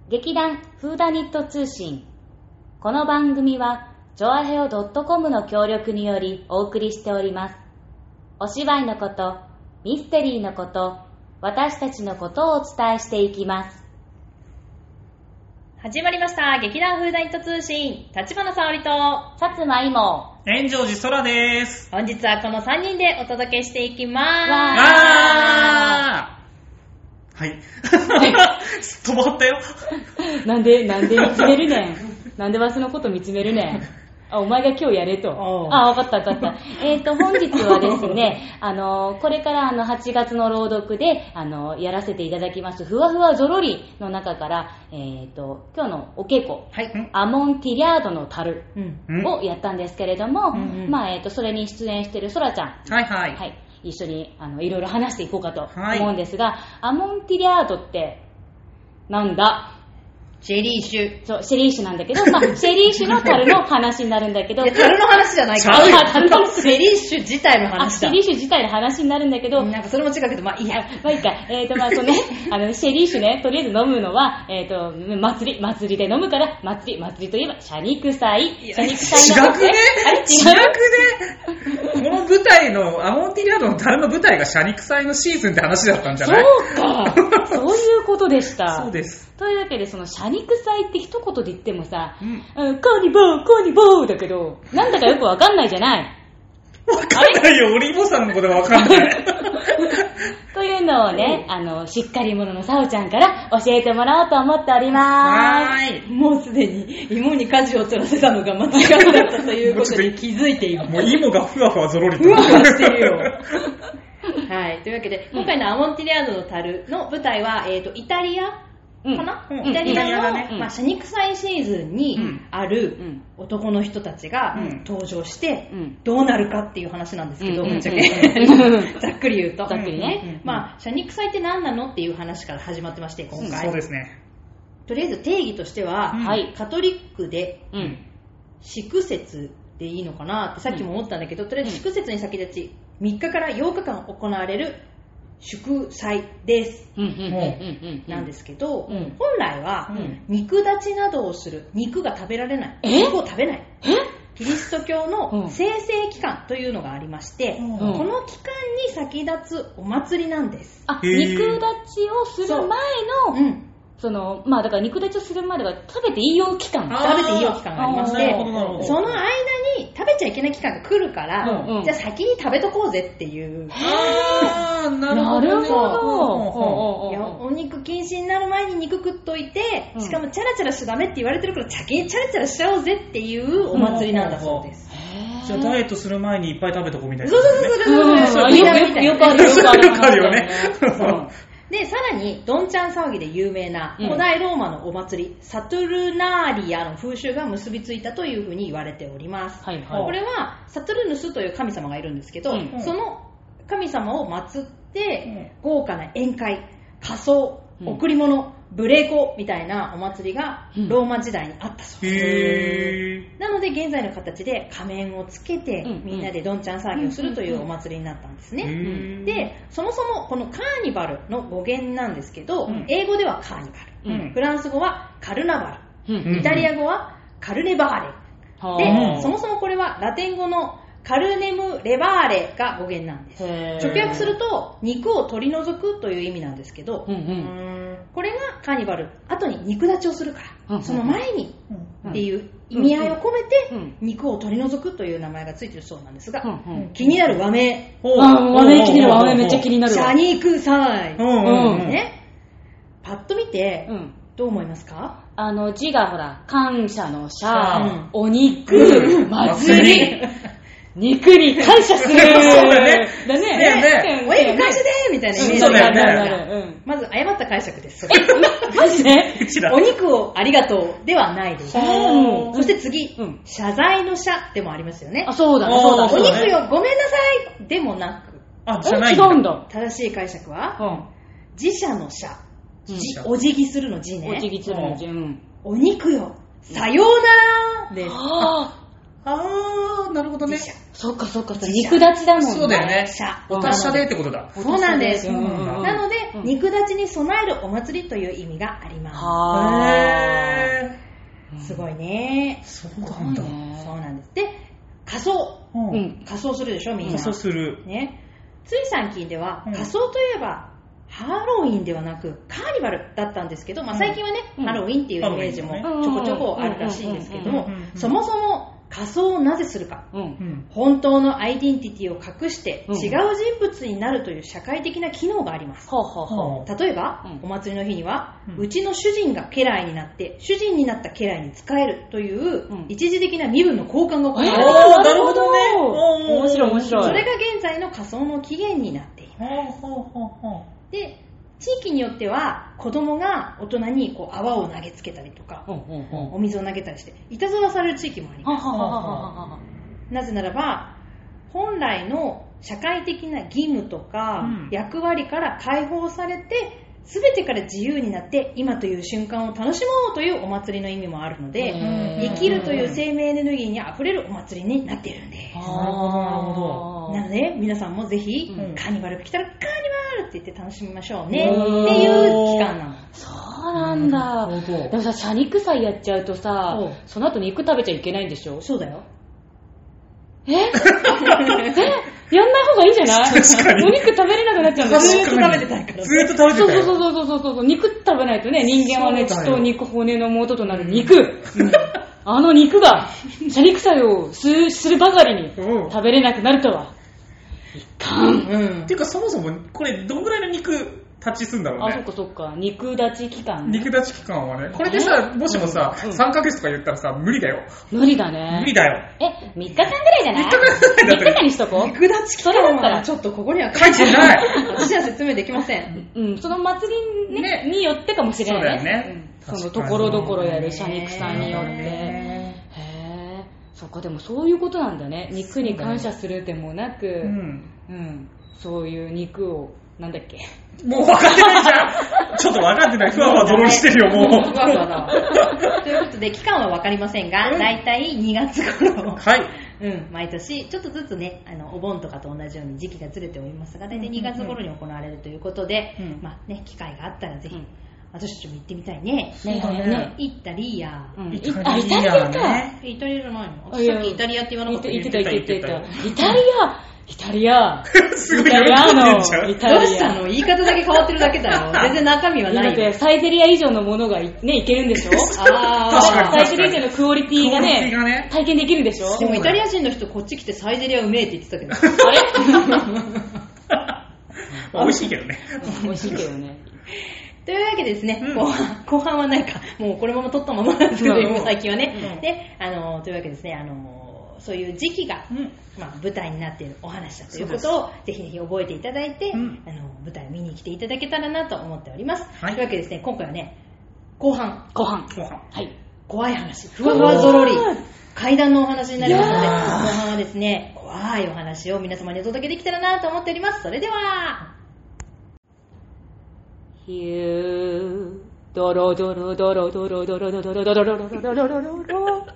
劇団フーダニット通信。この番組はチョアヘオ .com の協力によりお送りしております。お芝居のこと、ミステリーのこと、私たちのことをお伝えしていきます。 始まりました。劇団フーダニット通信、立花沙織と薩摩いも炎上寺空です。 本日はこの3人でお届けしていきます。 はい。止まったよ。 なんで見つめるねん。なんでわしのこと見つめるねん。あ、お前が今日やれと。あ、わかった。本日はですね、これから8月の朗読で、やらせていただきます、ふわふわゾロリの中から、今日のお稽古、はい、アモンティリャードの樽をやったんですけれども、それに出演しているソラちゃん。はい。一緒にいろいろ話していこうかと思うんですが、アモンティリャードってなんだ？ シェリー酒。 そう、シェリー酒なんだけど、シェリー酒の樽の話になるんだけど。 樽の話じゃないから。シェリー酒自体の話だ。 シェリー酒自体の話になるんだけど。 なんかそれも違うけど、いいや。 いいか。シェリー酒ね、とりあえず飲むのは、祭りで飲むから、祭りといえば、シャニク祭。 シャニク祭の。違くね。この舞台の、アモンティリャードの樽の舞台がシャニク祭のシーズンって話だったんじゃない？ そうか。そういうことでした。 そうです。 というわけで、そのシャニク祭って一言で言ってもさ、コーニボーだけど、なんだかよくわかんないじゃない。 わかんないよ、オリーブさんのことがわかんない。 というのをね、しっかり者のサオちゃんから教えてもらおうと思っております。 はい。もうすでに芋に舵を取らせたのが間違いだったということに気づいている。 もう芋がふわふわゾロリと。 ふわふわしてるよ。はい。というわけで、今回のアモンティリャードの樽の舞台は、イタリアかな、イタリアの、シャニク祭シーズンにある男の人たちが登場して、どうなるかっていう話なんですけど、ぶっちゃけ。ざっくり言うと。 ざっくりね。 シャニク祭って何なのっていう話から始まってまして、今回。 そうですね。 とりあえず定義としては、カトリックで、祝節でいいのかなってさっきも思ったんだけど、とりあえず祝節に先立ち、3日から8日間行われる祝祭です。なんですけど、本来は肉立ちなどをする、肉が食べられない、肉を食べない。キリスト教の聖聖期間というのがありまして、この期間に先立つお祭りなんです。 肉立ちをする前の、だから肉立ちをするまでは食べていいよ期間がありまして、その間に食べちゃいけない期間が来るから、じゃあ先に食べとこうぜっていう。 なるほど。 いや、お肉禁止になる前に肉食っといて、しかもチャラチャラしちゃダメって言われてるから先にチャラチャラしちゃおうぜっていうお祭りなんだそうです。 じゃあダイエットする前にいっぱい食べとこうみたいな。 そう。 よくあるよね。 で、さらに、どんちゃん騒ぎで有名な古代ローマのお祭り、サトゥルナーリアの風習が結びついたというふうに言われております。これは、サトゥルヌスという神様がいるんですけど、その神様を祀って、豪華な宴会、仮装、贈り物、ブレーコみたいなお祭りがローマ時代にあったそうです。なので現在の形で仮面をつけてみんなでどんちゃん騒ぎをするというお祭りになったんですね。で、そもそもこのカーニバルの語源なんですけど、英語ではカーニバル、フランス語はカルナバル、イタリア語はカルネバーレで、そもそもこれはラテン語のカルネムレバーレが語源なんです。直訳すると肉を取り除くという意味なんですけど、これがカーニバル、後に肉立ちをするから、その前にっていう意味合いを込めて肉を取り除くという名前がついているそうなんですが、気になる和名。 和名気になる、和名めっちゃ気になる。 シャニク祭。パッと見てどう思いますか？ 字がほら、感謝の謝、お肉、祭り。肉に感謝する。 そうだね。 お肉感謝でーみたいなイメージがある。まず誤った解釈です。 マジで？ お肉をありがとうではないです。そして次、謝罪の謝でもありますよね。 そうだ。 お肉よ、ごめんなさいでもなく。 じゃないんだ。 違うんだ。 正しい解釈は、自謝の謝。お辞儀するの辞ね。 お辞儀するの辞。 お肉よ、さようならです。 なるほどね。 そっか、肉立ちだもんね。 そうだよね。お達者でってことだ。 そうなんです。なので、肉立ちに備えるお祭りという意味があります。すごいね。 そうなんだ。 そうなんです。で、仮装。仮装するでしょ、みんな。 仮装する。 ね。つい最近では、仮装といえば、ハロウィンではなくカーニバルだったんですけど、最近はね、ハロウィンっていうイメージもちょこちょこあるらしいんですけども、そもそも仮装をなぜするか、本当のアイデンティティを隠して違う人物になるという社会的な機能があります。例えば、お祭りの日には、うちの主人が家来になって主人になった家来に仕えるという一時的な身分の交換が行われています。 なるほどね。 面白い。それが現在の仮装の起源になっています。で、地域によっては子供が大人にこう泡を投げつけたりとか、お水を投げたりしていたずらされる地域もあります。なぜならば、本来の社会的な義務とか役割から解放されて、全てから自由になって今という瞬間を楽しもうというお祭りの意味もあるので、生きるという生命エネルギーにあふれるお祭りになっているんです。 なるほど。 なので皆さんもぜひ、カーニバルが来たらカーニバルって言って楽しみましょうねっていう期間なの。 そうなんだ。でもさ、謝肉祭やっちゃうとさ、その後肉食べちゃいけないんでしょ？ そうだよ。 やんない方がいいんじゃない？確かに。お肉食べれなくなっちゃうんだよ。 ずーっと食べてたいから。 ずーっと食べてたい。 そう。肉食べないとね、人間はね、血と肉、骨の元となる肉。あの肉が、謝肉祭をするばかりに食べれなくなるとは。いかん。 っていうか、そもそも、これ、どんぐらいの肉立ちすんだろうね。 そっか。肉立ち期間、 肉立ち期間はね。これでさ、もしもさ、3ヶ月とか言ったらさ、無理だよ。 無理だね。 無理だよ。 3日間ぐらいじゃない？ 3日間ぐらいだったら。 3日間にしとこう。 肉立ち期間はちょっとここには書いてない。 私は説明できません。 その祭りによってかもしれないね。そうだよね。そのところどころやる謝肉さんによって。そっか、でもそういうことなんだね。肉に感謝するでもなく、そういう肉を、なんだっけ。 もう分かってないじゃん。ちょっと分かってない。ふわふわドローしてるよ、もう。 ふわふわだ。ということで、期間は分かりませんが、だいたい2月頃。 はい。 毎年、ちょっとずつね、お盆とかと同じように時期がずれておりますが、だいたい2月頃に行われるということで、機会があったらぜひ、私たちも行ってみたいね。イタリア。 イタリアね。 イタリアじゃないの？さっきイタリアって言わなかった。 言ってた。イタリアすごい喜んでんじゃん。 どうしたの？言い方だけ変わってるだけだよ。全然中身はない。 だってサイゼリア以上のものがね、いけるんでしょ？ 確かに。 サイゼリア以上のクオリティがね、体験できるでしょ？ でもイタリア人の人こっち来てサイゼリアうめえって言ってたけど。 あれ？美味しいけどね。 美味しいけどね。 というわけでですね、後半はないか、もうこれも撮ったままなんですけど、最近はね。で、というわけでですね、そういう時期が、舞台になっているお話だということをぜひぜひ覚えていただいて、舞台を見に来ていただけたらなと思っております。というわけでですね、今回はね、後半。はい。怖い話。ふわふわぞろり。怪談のお話になりますので、後半はですね、怖いお話を皆様にお届けできたらなと思っております。それでは、 ヒュードロドロドロドロドロドロドロドロドロドロドロ。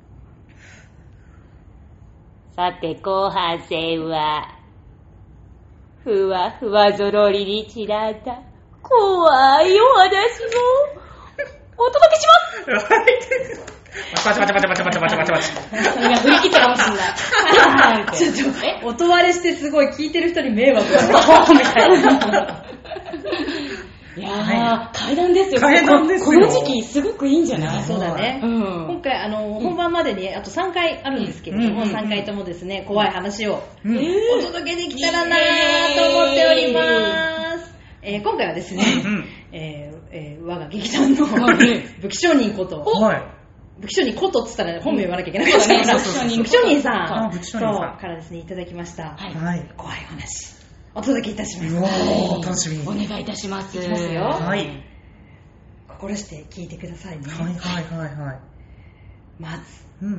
さて後半戦はふわふわぞろりにちなんだ怖いお話をお届けします。 バチバチ。 今振り切ったかもしれない。 ちょっと音割れしてすごい聞いてる人に迷惑だみたいな。 いやー、怪談ですよ。この時期すごくいいんじゃない？ そうだね。今回本番までにあと3回あるんですけれども、3回ともですね、怖い話をお届けできたらなと思っております。今回はですね、我が劇団の武器商人こと、武器商人ことって言ったら本名言わなきゃいけなかったから、武器商人さんからですね、いただきました。怖い話。お届けいたします。 楽しみに。 お願いいたします。 いきますよ。 はい。 心して聞いてくださいね。 はい。 まず、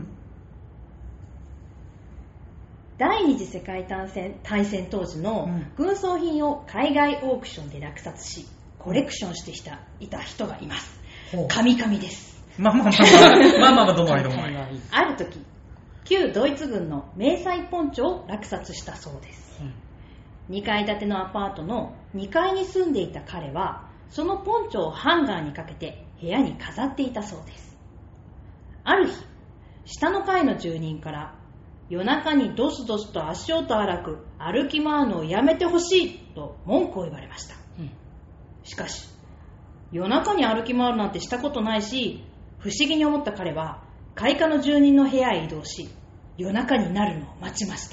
第二次世界大戦当時の軍装品を海外オークションで落札し、コレクションしていた人がいます。神々です。 まあどうもあり。 ある時、 旧ドイツ軍の迷彩ポンチョを落札したそうです、2階建てのアパートの2階に住んでいた彼はそのポンチョをハンガーにかけて部屋に飾っていたそうです。ある日、下の階の住人から夜中にドスドスと足音荒く歩き回るのをやめてほしいと文句を言われました、しかし夜中に歩き回るなんてしたことないし、不思議に思った彼は階下の住人の部屋へ移動し、夜中になるのを待ちました。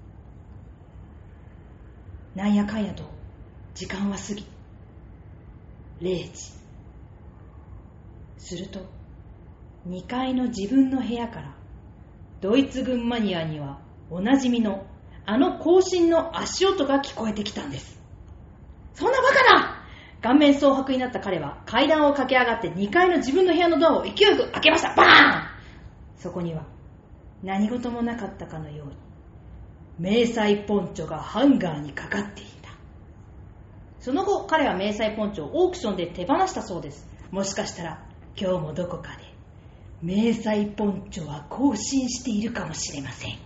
なんやかんやと時間は過ぎ、0時。すると2階の自分の部屋からドイツ軍マニアにはおなじみのあの行進の足音が聞こえてきたんです。そんなバカな！顔面蒼白になった彼は階段を駆け上がって2階の自分の部屋のドアを勢いよく開けました。バーン！そこには何事もなかったかのように迷彩ポンチョがハンガーにかかっていた。その後彼は迷彩ポンチョをオークションで手放したそうです。もしかしたら今日もどこかで迷彩ポンチョは更新しているかもしれません。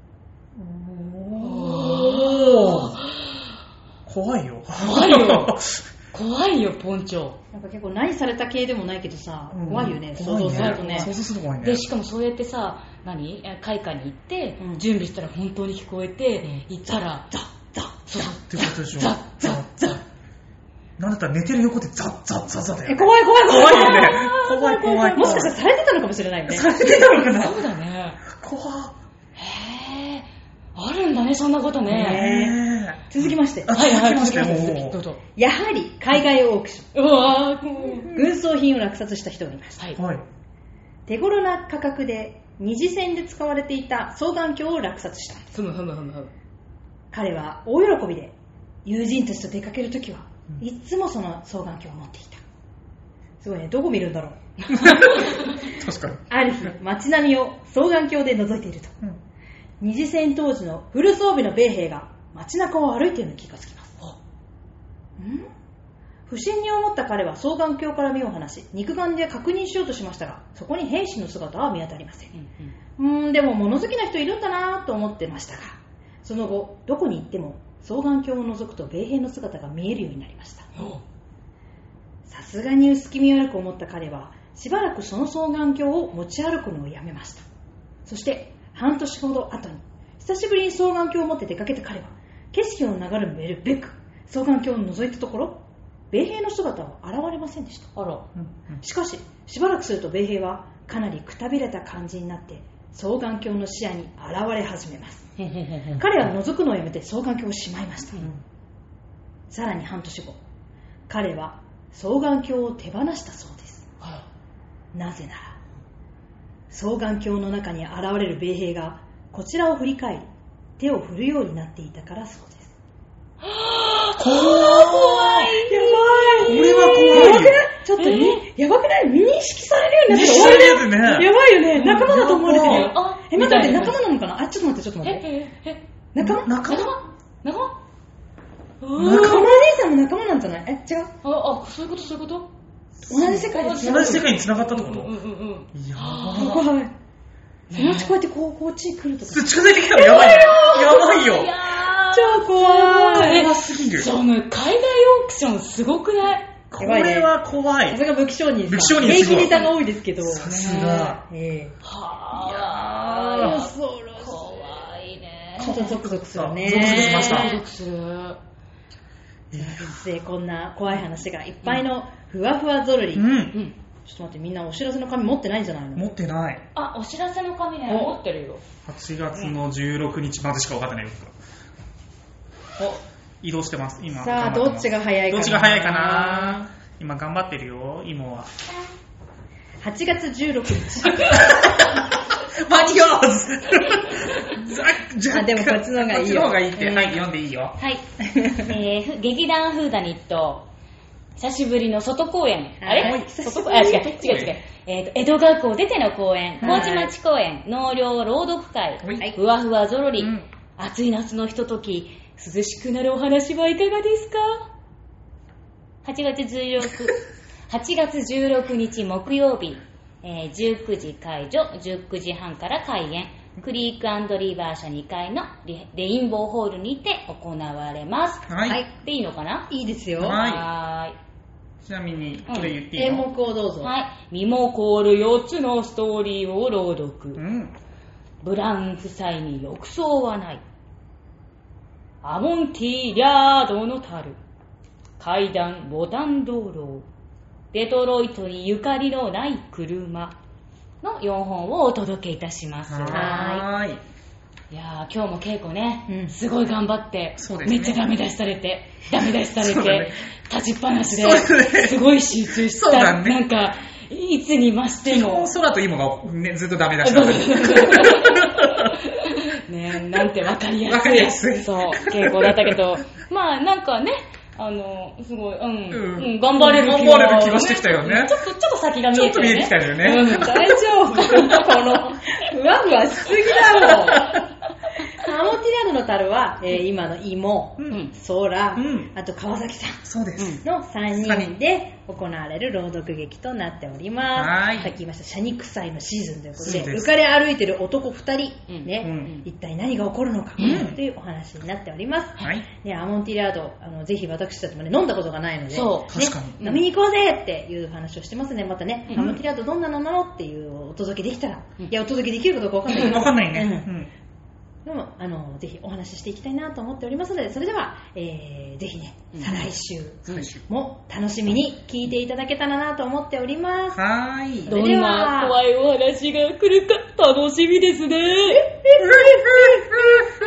おー、怖いよ。 怖いよ。怖いよ、ポンチョ。 なんか結構何された系でもないけどさ、怖いよね、想像するとね。 想像すると怖いね。 で、しかもそうやってさ、開花に行って、準備したら本当に聞こえて、行ったら、ザッザッザッってことでしょ。 ザッザッザッ。 なんだったら寝てる横でザッザッザッザッだよ。 怖い怖い怖いよね。怖い怖い。 もしかしたらされてたのかもしれないよね。 されてたのかな。 そうだね。 怖っ。 へぇー。あるんだね、そんなことね。 続きまして。 はいはい、 続きまして。 どうぞ。 やはり海外オークション。 うわ軍装品を落札した人がいました。 はい。 手頃な価格で二次戦で使われていた双眼鏡を落札した。 ふむふむふむふむ。 彼は大喜びで友人たちと出かけるときはいつもその双眼鏡を持っていた。すごいね、どこ見るんだろう。 確かに。 ある日、街並みを双眼鏡で覗いていると、二次戦当時のフル装備の米兵が街中を歩いているのに気がつきます。不審に思った彼は双眼鏡から目を離し、肉眼で確認しようとしましたが、そこに兵士の姿は見当たりません。でも物好きな人いるんだなと思ってましたが、その後どこに行っても双眼鏡を覗くと米兵の姿が見えるようになりました。さすがに薄気味悪く思った彼はしばらくその双眼鏡を持ち歩くのをやめました。そして半年ほど後に久しぶりに双眼鏡を持って出かけた彼は景色を眺めるべく双眼鏡を覗いたところ、米兵の姿は現れませんでした。しかししばらくすると米兵はかなりくたびれた感じになって双眼鏡の視野に現れ始めます。彼は覗くのをやめて双眼鏡をしまいました。さらに半年後、彼は双眼鏡を手放したそうです。なぜなら双眼鏡の中に現れる米兵がこちらを振り返り手を振るようになっていたからそうです。 怖い。 やばい。 俺は怖い。 ちょっとやばくない？認識されるようになって認識されるね。 やばいよね。仲間だと思われてるよ。待って、仲間なのかな？ちょっと待って。仲間仲間姉さんも仲間なんじゃない？違う？ そういうこと同じ世界に繋がったってこと？やばい。そのうちこうやってこっちに来るとか。 近づいてきたらやばいよ。 超怖い。 怖すぎる。 そう、海外オークションすごくない？ これは怖い。 さすが武器商人さん。 武器商人平気ネタが多いですけど。 さすが。 恐ろしい。 怖いね。 ちょっとゾクゾクするね。 ゾクゾクしました。 ゾクゾクする。 こんな怖い話がいっぱいのふわふわゾルリ。ちょっと待って、みんなお知らせの紙持ってないんじゃないの？ 持ってない。 お知らせの紙ね、持ってるよ。 8月の16日までしか分かってないよ。移動してます、今。 さあ、どっちが早いかな？ どっちが早いかな？今頑張ってるよ、妹は。 8月16日。 間に合わずでもこっちの方がいいよ。 こっちの方がいいって。はい、読んでいいよ。 はい。劇団フーダニット。久しぶりの外公演。あれ？違う。江戸学校出ての公演。麹町公演。納涼朗読会。ふわふわゾロリ。暑い夏のひととき、涼しくなるお話はいかがですか？8月16日木曜日、19時開場、19時半から開演。 クリーク&リバー社2階のレインボーホールにて行われます。 はい。 でいいのかな？ いいですよ。 はい。ちなみに、これ言っていいの？ 演目をどうぞ。 はい。身も凍る4つのストーリーを朗読。ブラウン夫妻に浴槽はない。アモンティ・リャードの樽。階段ボタン道路。デトロイトにゆかりのない車の4本をお届けいたします。 はい。 いやー、今日も稽古ね、すごい頑張って、 そうですね、 めっちゃダメ出しされて、立ちっぱなしで、すごい集中した、ね、なんか、いつに増しても。 空と芋が、ね、ずっとダメ出しだね、なんてわかりやすい。そう、稽古だったけど、まあなんかね、すごい、頑張れる気がしてきたよね。 ちょっと先が見えてるね。 ちょっと見えてきたよね。 大丈夫この、ふわふわしすぎだろ。アモンティリアードの樽は、今の芋、空、あと川崎さんの3人で行われる朗読劇となっております。さっき言いました、シャニク祭のシーズンということで、浮かれ歩いてる男2人、ね、一体何が起こるのか、というお話になっております。ね、アモンティリアード、ぜひ私たちもね、飲んだことがないので、 確かに飲みに行こうぜっていう話をしてますね。またね、アモンティリアードどんなのなのっていうお届けできたら、いや、お届けできるかどうかわかんないけど。 わかんないね。 でもぜひお話ししていきたいなと思っておりますので、それでは、ぜひね、再来週も楽しみに聞いていただけたらなと思っております。 はい。 どんな怖いお話が来るか楽しみですね。